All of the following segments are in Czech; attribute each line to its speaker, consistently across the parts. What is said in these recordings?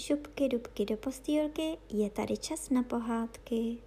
Speaker 1: šupky dubky do postýlky, je tady čas na pohádky.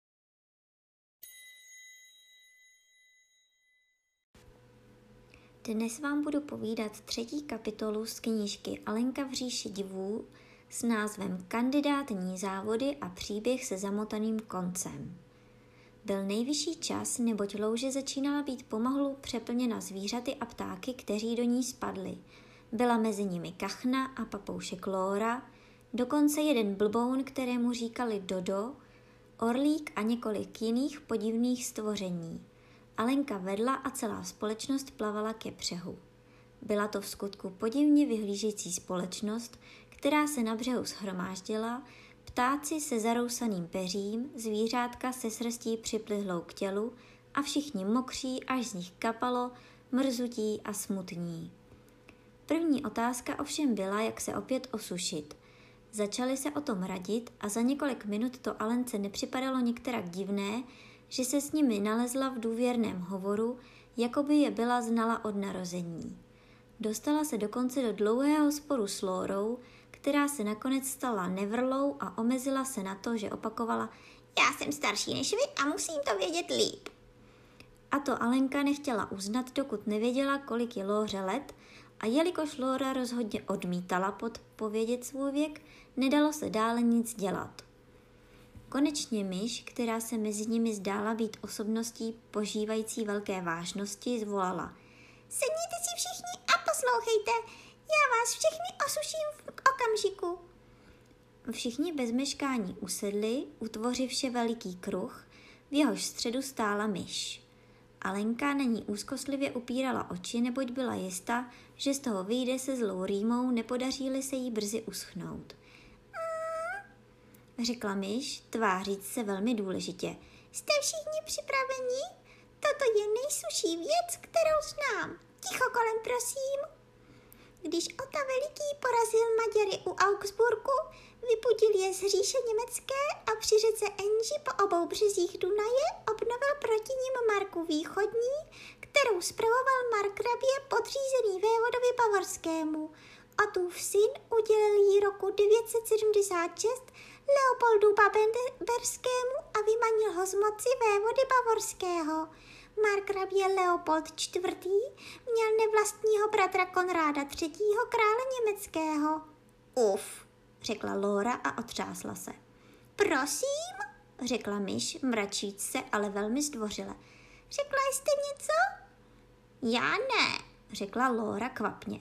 Speaker 1: Dnes vám budu povídat 3. kapitolu z knížky Alenka v říši divů s názvem Kandidátní závody a příběh se zamotaným koncem. Byl nejvyšší čas, neboť louže začínala být pomalu přeplněna zvířaty a ptáky, kteří do ní spadli. Byla mezi nimi kachna a papoušek Lóra, dokonce jeden blboun, kterému říkali Dodo, orlík a několik jiných podivných stvoření. Alenka vedla a celá společnost plavala ke břehu. Byla to vskutku podivně vyhlížející společnost, která se na břehu shromáždila, ptáci se zarousaným peřím, zvířátka se srstí připlihlou k tělu a všichni mokří, až z nich kapalo, mrzutí a smutní. První otázka ovšem byla, jak se opět osušit. Začali se o tom radit a za několik minut to Alence nepřipadalo některak divné, že se s nimi nalezla v důvěrném hovoru, jako by je byla znala od narození. Dostala se dokonce do dlouhého sporu s Lórou, která se nakonec stala nevrlou a omezila se na to, že opakovala: "Já jsem starší než vy a musím to vědět líp." A to Alenka nechtěla uznat, dokud nevěděla, kolik je Lóře let, a jelikož Lóra rozhodně odmítala podpovědět svůj věk, nedalo se dále nic dělat. Konečně myš, která se mezi nimi zdála být osobností požívající velké vážnosti, zvolala: "Sedněte si všichni a poslouchejte, já vás všechny osuším v okamžiku." Všichni bez meškání usedli, utvořivši veliký kruh, v jehož středu stála myš. Alenka na ní úzkostlivě upírala oči, neboť byla jistá, že z toho vyjde se zlou rýmou, nepodaří-li se jí brzy uschnout. Řekla myš, tváříc se velmi důležitě. "Jste všichni připraveni? Toto je nejsuší věc, kterou znám. Ticho kolem, prosím." Když Ota Veliký porazil Maďary u Augsburgu, vypudil je z říše německé a při řece Enži po obou březích Dunaje obnovil proti nim Marku východní, kterou spravoval markrabě podřízený vévodovi bavorskému. Otův syn udělil jí roku 976 Leopoldu Babenberskému a vymanil ho z moci vévody bavorského. Markrabě Leopold IV. Měl nevlastního bratra Konráda III. Krále německého. "Uf," řekla Lóra a otřásla se. "Prosím," řekla myš, mračíc se, ale velmi zdvořile. "Řekla jste něco?" "Já ne," řekla Lóra kvapně.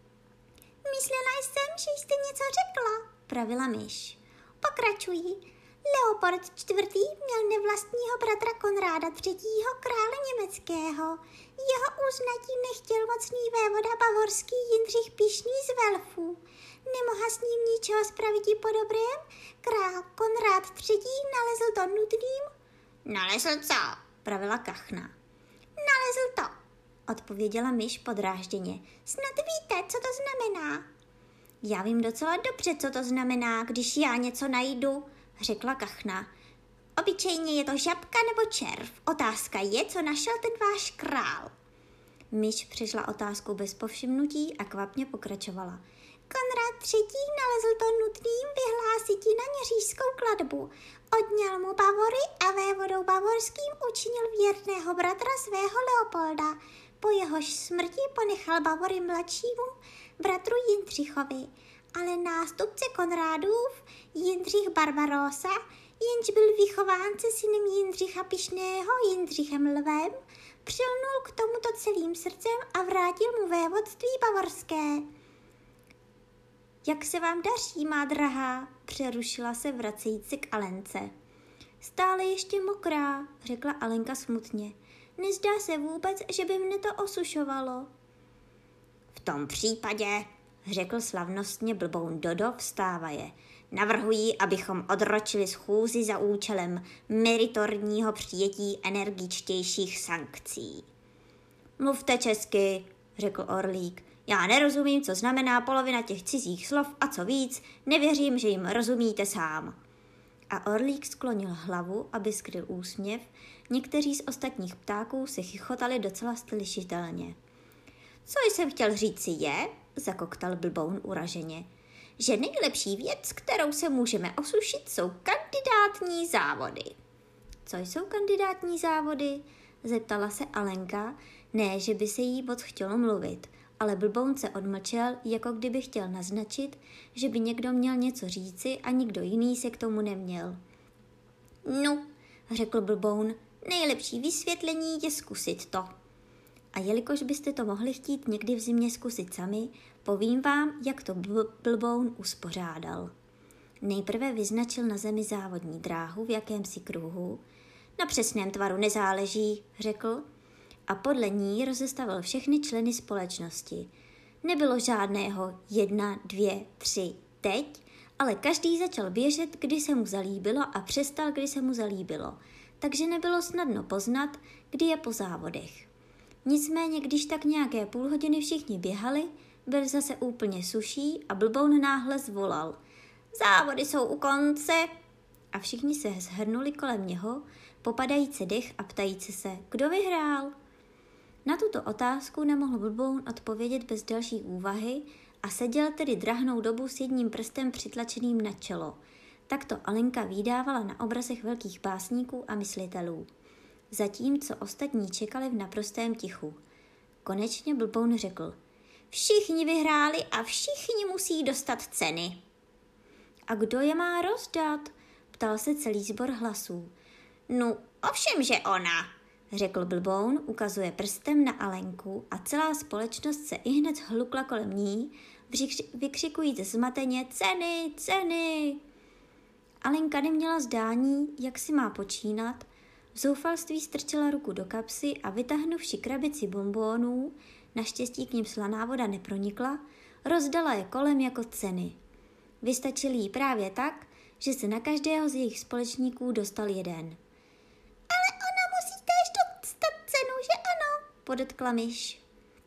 Speaker 1: "Myslela jsem, že jste něco řekla," pravila myš. "Pokračuji. Leopold IV. Měl nevlastního bratra Konráda III. Krále německého. Jeho uznatí nechtěl mocný vévoda bavorský Jindřich Pyšný z Velfů. Nemohla s ním ničeho spraviti po dobrém. Král Konrád III. Nalezl to nutným." "Nalezl co?" pravila kachna. "Nalezl to," odpověděla myš podrážděně. "Snad víte, co to znamená." "Já vím docela dobře, co to znamená, když já něco najdu," řekla kachna. "Obyčejně je to žabka nebo červ. Otázka je, co našel ten váš král." Myš přišla otázku bez povšimnutí a kvapně pokračovala. "Konrád III. Nalezl to nutným vyhlásiti na ně říšskou klatbu. Odňal mu Bavory a vévodou bavorským učinil věrného bratra svého Leopolda. Po jehož smrti ponechal Bavory mladšímu bratru Jindřichovi. Ale nástupce Konrádův, Jindřich Barbarossa, jenž byl vychován se synem Jindřicha Pyšného, Jindřichem Lvem, přilnul k tomuto celým srdcem a vrátil mu vévodství bavorské." "Jak se vám daří, má drahá?" přerušila se vracejíc se k Alence. "Stále ještě mokrá," řekla Alenka smutně. "Nezdá se vůbec, že by mne to osušovalo." "V tom případě," řekl slavnostně blboun Dodo, vstávaje, "navrhuji, abychom odročili schůzi za účelem meritorního přijetí energičtějších sankcí." "Mluvte česky," řekl orlík. "Já nerozumím, co znamená polovina těch cizích slov a co víc, nevěřím, že jim rozumíte sám." A orlík sklonil hlavu, aby skryl úsměv, někteří z ostatních ptáků se chichotali docela slyšitelně. "Co jsem chtěl říci je," zakoktal blboun uraženě, že nejlepší věc, kterou se můžeme osušit, jsou kandidátní závody. Co jsou kandidátní závody? Zeptala se Alenka, ne, že by se jí moc chtělo mluvit, ale blboun se odmlčel, jako kdyby chtěl naznačit, že by někdo měl něco říci a nikdo jiný se k tomu neměl. No, řekl blboun, nejlepší vysvětlení je zkusit to. A jelikož byste to mohli chtít někdy v zimě zkusit sami, povím vám, jak to blboun uspořádal. Nejprve vyznačil na zemi závodní dráhu v jakémsi kruhu. Na přesném tvaru nezáleží, řekl, a podle ní rozestavil všechny členy společnosti. Nebylo žádného 1, 2, 3, teď, ale každý začal běžet, kdy se mu zalíbilo a přestal, kdy se mu zalíbilo, takže nebylo snadno poznat, kdy je po závodech. Nicméně, když tak nějaké půl hodiny všichni běhali, byl zase úplně suší a blboun náhle zvolal. Závody jsou u konce. A všichni se shrnuli kolem něho, popadajíce dech a ptajíce se, kdo vyhrál. Na tuto otázku nemohl blboun odpovědět bez další úvahy a seděl tedy drahnou dobu s jedním prstem přitlačeným na čelo. Takto Alenka vídávala na obrazech velkých básníků a myslitelů. Zatímco ostatní čekali v naprostém tichu. Konečně blboun řekl, všichni vyhráli a všichni musí dostat ceny. A kdo je má rozdat? Ptal se celý sbor hlasů. No, ovšem, že ona, řekl blboun, ukazuje prstem na Alenku a celá společnost se ihned shlukla kolem ní, vykřikujíc zmateně ceny, ceny. Alenka neměla zdání, jak si má počínat, v zoufalství strčila ruku do kapsy a vytáhnuvši krabici bonbónů, naštěstí k nim slaná voda nepronikla, rozdala je kolem jako ceny. Vystačil jí právě tak, že se na každého z jejich společníků dostal jeden. Ale ona musí též dostat cenu, že ano, podotkla myš.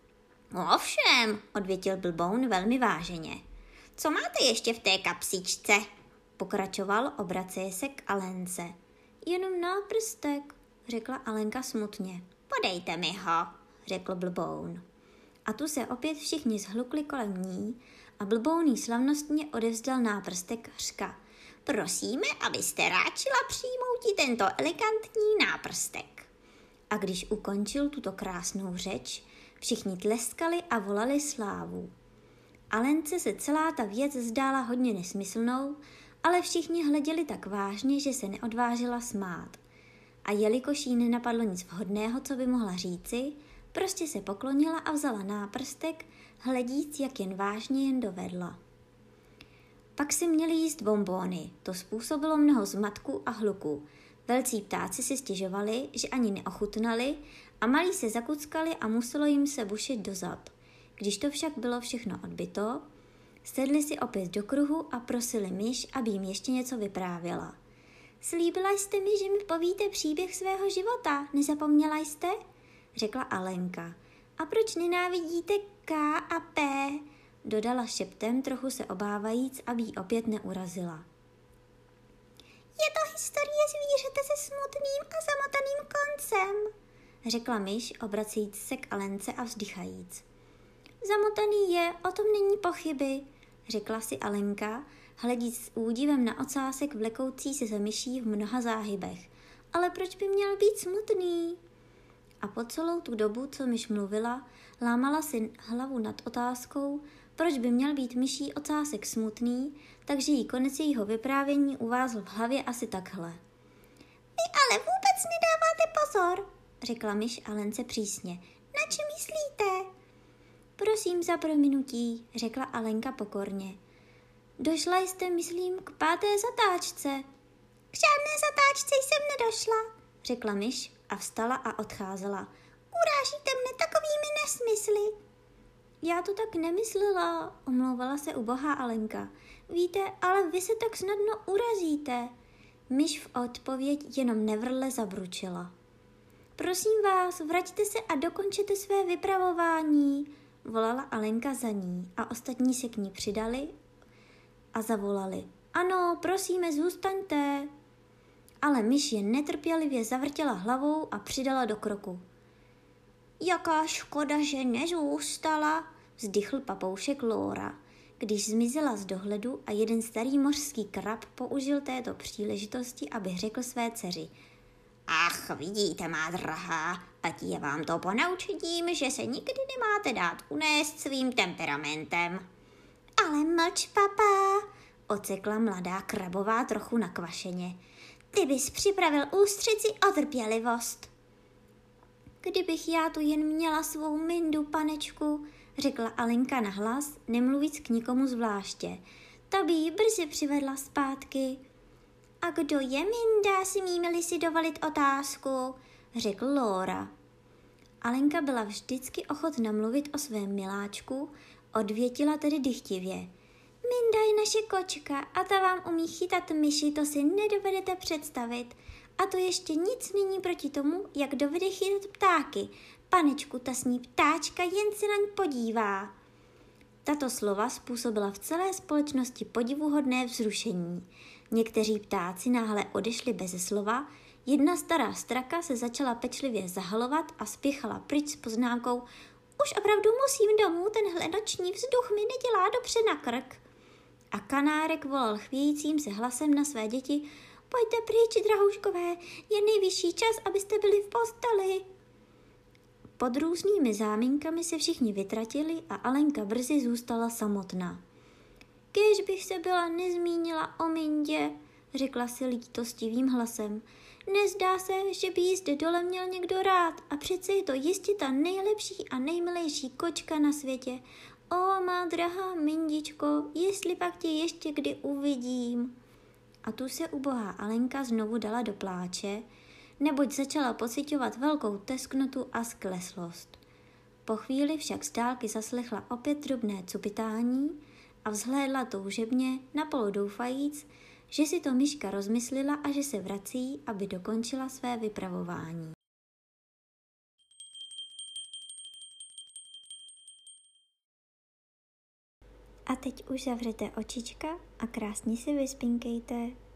Speaker 1: Ovšem, odvětil blboun velmi váženě. Co máte ještě v té kapsičce? Pokračoval, obraceje se k Alence. Jenom náprstek, řekla Alenka smutně. Podejte mi ho, řekl blboun. A tu se opět všichni zhlukli kolem ní a blboun jí slavnostně odevzdal náprstek řka. Prosíme, abyste ráčila přijmouti tento elegantní náprstek. A když ukončil tuto krásnou řeč, všichni tleskali a volali slávu. Alence se celá ta věc zdála hodně nesmyslnou, ale všichni hleděli tak vážně, že se neodvážila smát. A jelikož jí nenapadlo nic vhodného, co by mohla říci, prostě se poklonila a vzala náprstek, hledíc, jak jen vážně jen dovedla. Pak si měli jíst bonbóny, to způsobilo mnoho zmatku a hluku. Velcí ptáci si stěžovali, že ani neochutnali a malí se zakuckali a muselo jim se bušit do zad. Když to však bylo všechno odbyto, sedli si opět do kruhu a prosili myš, aby jim ještě něco vyprávěla. Slíbila jste mi, že mi povíte příběh svého života, nezapomněla jste? Řekla Alenka. A proč nenávidíte K a P? Dodala šeptem, trochu se obávajíc, aby ji opět neurazila. Je to historie zvířete se smutným a zamotaným koncem, řekla myš, obracejíc se k Alence a vzdychajíc. Zamotaný je, o tom není pochyby, řekla si Alenka, hledíc s údivem na ocásek vlekoucí se za myší v mnoha záhybech. Ale proč by měl být smutný? A po celou tu dobu, co myš mluvila, lámala si hlavu nad otázkou, proč by měl být myší ocásek smutný, takže jí konec jejího vyprávění uvázl v hlavě asi takhle. Vy ale vůbec nedáváte pozor, řekla myš Alence přísně. Na čem myslíte? Prosím za prominutí, řekla Alenka pokorně. Došla jste, myslím, k 5. zatáčce. K žádné zatáčce jsem nedošla, řekla myš a vstala a odcházela. Urážíte mne takovými nesmysly. Já to tak nemyslela, omlouvala se ubohá Alenka. Víte, ale vy se tak snadno urazíte. Myš v odpověď jenom nevrle zabručela. Prosím vás, vraťte se a dokončete své vypravování, volala Alenka za ní a ostatní se k ní přidali a zavolali. Ano, prosíme, zůstaňte. Ale myš jen netrpělivě zavrtěla hlavou a přidala do kroku. Jaká škoda, že nezůstala, vzdychl papoušek Lóra. když zmizela z dohledu a jeden starý mořský krab použil této příležitosti, aby řekl své dceři: Ach, vidíte, má drahá, ať je vám to ponaučením, že se nikdy nemáte dát unést svým temperamentem. Ale mlč, papa, ocekla mladá krabová trochu nakvašeně. Ty bys připravil ústřici o trpělivost. Kdybych já tu jen měla svou Mindu, panečku, řekla Alenka nahlas, nemluvíc k nikomu zvláště. Ta by ji brzy přivedla zpátky. A kdo je Minda, smíme-li si dovolit otázku, řekl Lóra. Alenka byla vždycky ochotna mluvit o svém miláčku, odvětila tedy dychtivě. Minda je naše kočka a ta vám umí chytat myši, to si nedovedete představit. A to ještě nic není proti tomu, jak dovede chytat ptáky. Panečku, ta sní ptáčka, jen se na ní podívá. Tato slova způsobila v celé společnosti podivuhodné vzrušení. Někteří ptáci náhle odešli beze slova, jedna stará straka se začala pečlivě zahalovat a spěchala pryč s poznámkou: Už opravdu musím domů, tenhle noční vzduch mi nedělá dobře na krk. A kanárek volal chvějícím se hlasem na své děti: Pojďte pryč, drahouškové, je nejvyšší čas, abyste byli v posteli. Pod různými záminkami se všichni vytratili a Alenka brzy zůstala samotná. Kéž bych se byla nezmínila o Mindě, řekla si lítostivým hlasem. Nezdá se, že by jí zde dole měl někdo rád a přece je to jistě ta nejlepší a nejmilejší kočka na světě. O, má drahá Mindičko, jestli pak tě ještě kdy uvidím. A tu se ubohá Alenka znovu dala do pláče, neboť začala pociťovat velkou tesknotu a skleslost. Po chvíli však z dálky zaslechla opět drobné cupitání a vzhlédla toužebně, napolo doufajíc, že si to myška rozmyslela a že se vrací, aby dokončila své vypravování. A teď už zavřete očička a krásně si vyspinkejte.